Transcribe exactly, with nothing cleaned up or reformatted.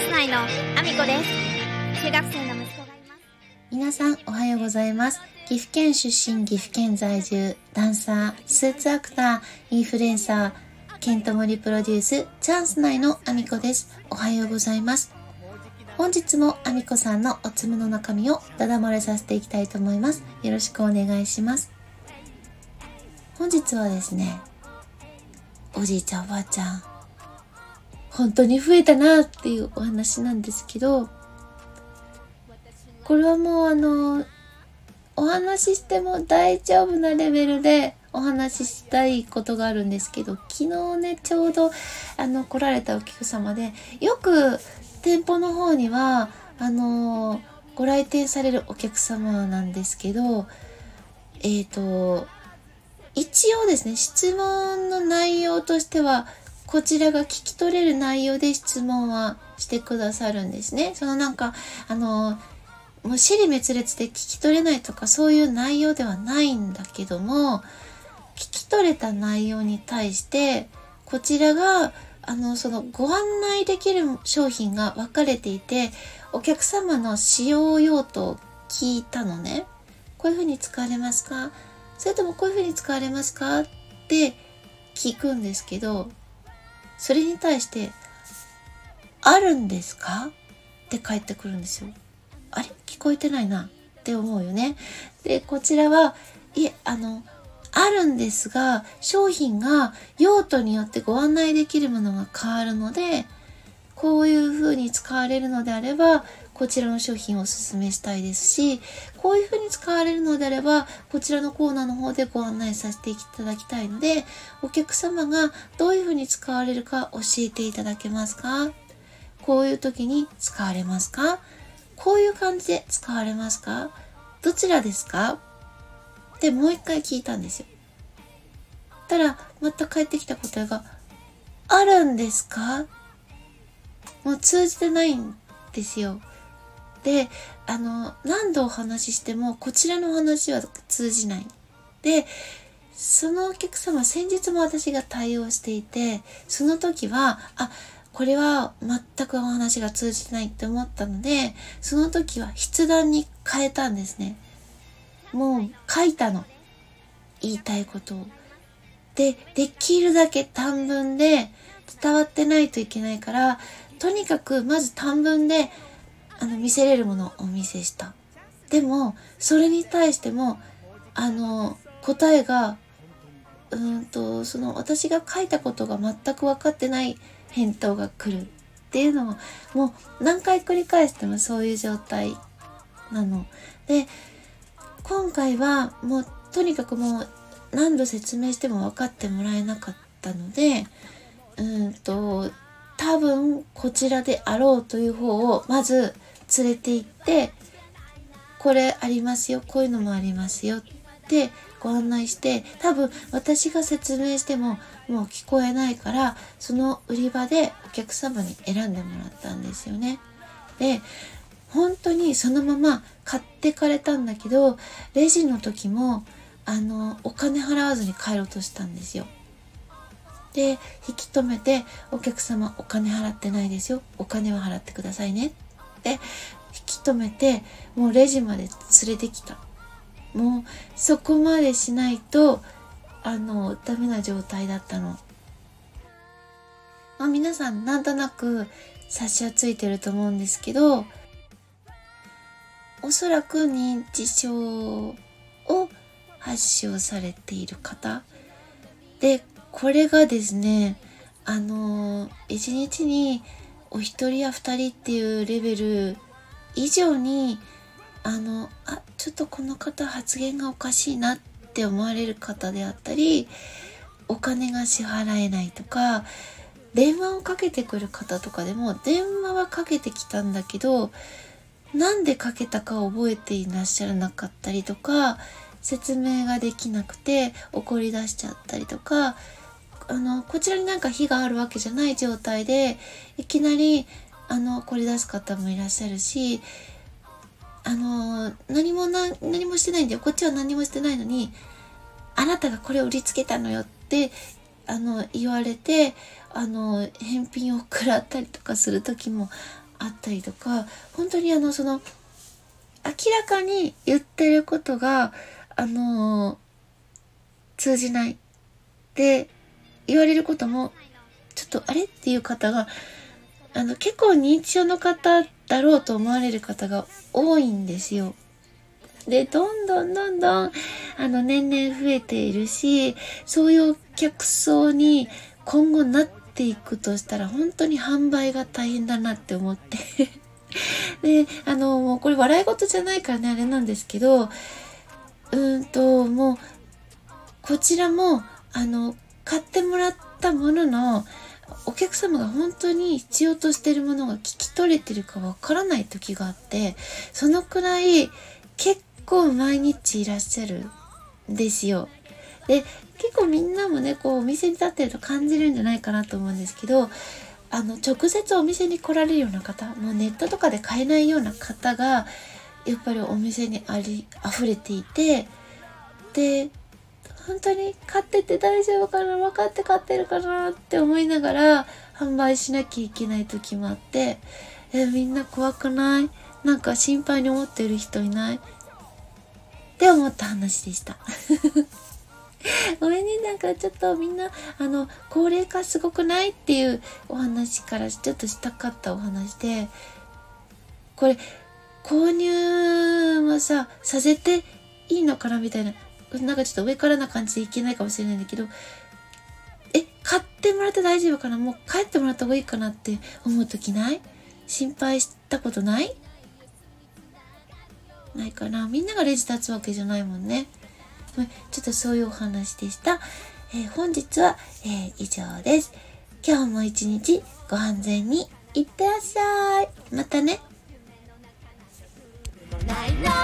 ス内のアミコです。中学生の息子がいます。 皆さんおはようございます。岐阜県出身、岐阜県在住、ダンサー、スーツアクター、インフルエンサー、ケントモリプロデュース、チャンス内のアミコです。おはようございます。本日もアミコさんのおつむの中身をダダ漏れさせていきたいと思います。よろしくお願いします。本日はですね、おじいちゃんおばあちゃん、本当に増えたなっていうお話なんですけど、これはもうあのお話ししても大丈夫なレベルでお話ししたいことがあるんですけど、昨日ねちょうどあの来られたお客様で、よく店舗の方にはあのご来店されるお客様なんですけど、えーと一応ですね、質問の内容としてはこちらが聞き取れる内容で質問はしてくださるんですね。そのなんかあのもう支離滅裂で聞き取れないとかそういう内容ではないんだけども、聞き取れた内容に対してこちらがあのそのご案内できる商品が分かれていて、お客様の使用用途を聞いたのね。こういうふうに使われますか、それともこういうふうに使われますかって聞くんですけど、それに対してあるんですかって返ってくるんですよ。あれ聞こえてないなって思うよね。でこちらはいえあのあるんですが、商品が用途によってご案内できるものが変わるので、こういう風に使われるのであればこちらの商品をお勧めしたいですし、こういう風に使われるのであればこちらのコーナーの方でご案内させていただきたいので、お客様がどういう風に使われるか教えていただけますか、こういう時に使われますか、こういう感じで使われますか、どちらですかってもう一回聞いたんですよ。たらまた返ってきた答えがあるんですか、もう通じてないんですよ。であの何度お話ししてもこちらの話は通じない。でそのお客様、先日も私が対応していて、その時はあこれは全くお話が通じてないって思ったので、その時は筆談に変えたんですね。もう書いたの、言いたいことを。でできるだけ短文で伝わってないといけないから、とにかくまず短文であの見せれるものをお見せした。でもそれに対してもあの答えがうーんとその私が書いたことが全く分かってない返答が来るっていうのをもう何回繰り返してもそういう状態なので、今回はもうとにかくもう何度説明しても分かってもらえなかったので、うーんと多分こちらであろうという方をまず連れて行って、これありますよ、こういうのもありますよってご案内して、多分私が説明してももう聞こえないから、その売り場でお客様に選んでもらったんですよね。で本当にそのまま買ってかれたんだけど、レジの時もあのお金払わずに帰ろうとしたんですよ。で引き止めて、お客様お金払ってないですよ、お金は払ってくださいねって引き止めて、もうレジまで連れてきた。もうそこまでしないとあのダメな状態だったの。まあ、皆さんなんとなく察しはついてると思うんですけど、おそらく認知症を発症されている方で、これがですねあの一日にお一人や二人っていうレベル以上にあのあちょっとこの方発言がおかしいなって思われる方であったり、お金が支払えないとか、電話をかけてくる方とかでも、電話はかけてきたんだけどなんでかけたか覚えていらっしゃらなかったりとか、説明ができなくて怒り出しちゃったりとか、あのこちらになんか非があるわけじゃない状態でいきなりあの怒り出す方もいらっしゃるし、あの何もな何もしてないんだよ、こっちは何もしてないのにあなたがこれを売りつけたのよってあの言われて、あの返品を食らったりとかする時もあったりとか、本当にあのその明らかに言ってることがあのー、通じないで言われることもちょっとあれっていう方があの結構認知症の方だろうと思われる方が多いんですよ。でどんどんどんどんあの年々増えているし、そういう客層に今後なっていくとしたら本当に販売が大変だなって思ってであのもうこれ笑い事じゃないからねあれなんですけど、うーんともうこちらもあの買ってもらったもののお客様が本当に必要としているものが聞き取れてるかわからない時があって、そのくらい結構毎日いらっしゃるんですよ。で結構みんなもねこうお店に立ってると感じるんじゃないかなと思うんですけど、あの直接お店に来られるような方、もうネットとかで買えないような方がやっぱりお店にあり溢れていて、で本当に買ってて大丈夫かな、分かって買ってるかなって思いながら販売しなきゃいけない時もあって、えみんな怖くない？なんか心配に思ってる人いない？って思った話でしたごめんね、なんかちょっとみんなあの高齢化すごくないっていうお話からちょっとしたかったお話で、これ購入はささせていいのかなみたいな、なんかちょっと上からな感じでいけないかもしれないんだけど、え買ってもらって大丈夫かな、もう帰ってもらった方がいいかなって思う時ない？心配したことないないかな。みんながレジ立つわけじゃないもんね。ちょっとそういうお話でした。えー、本日は、えー、以上です。今日も一日ご安全にいってらっしゃい。またね。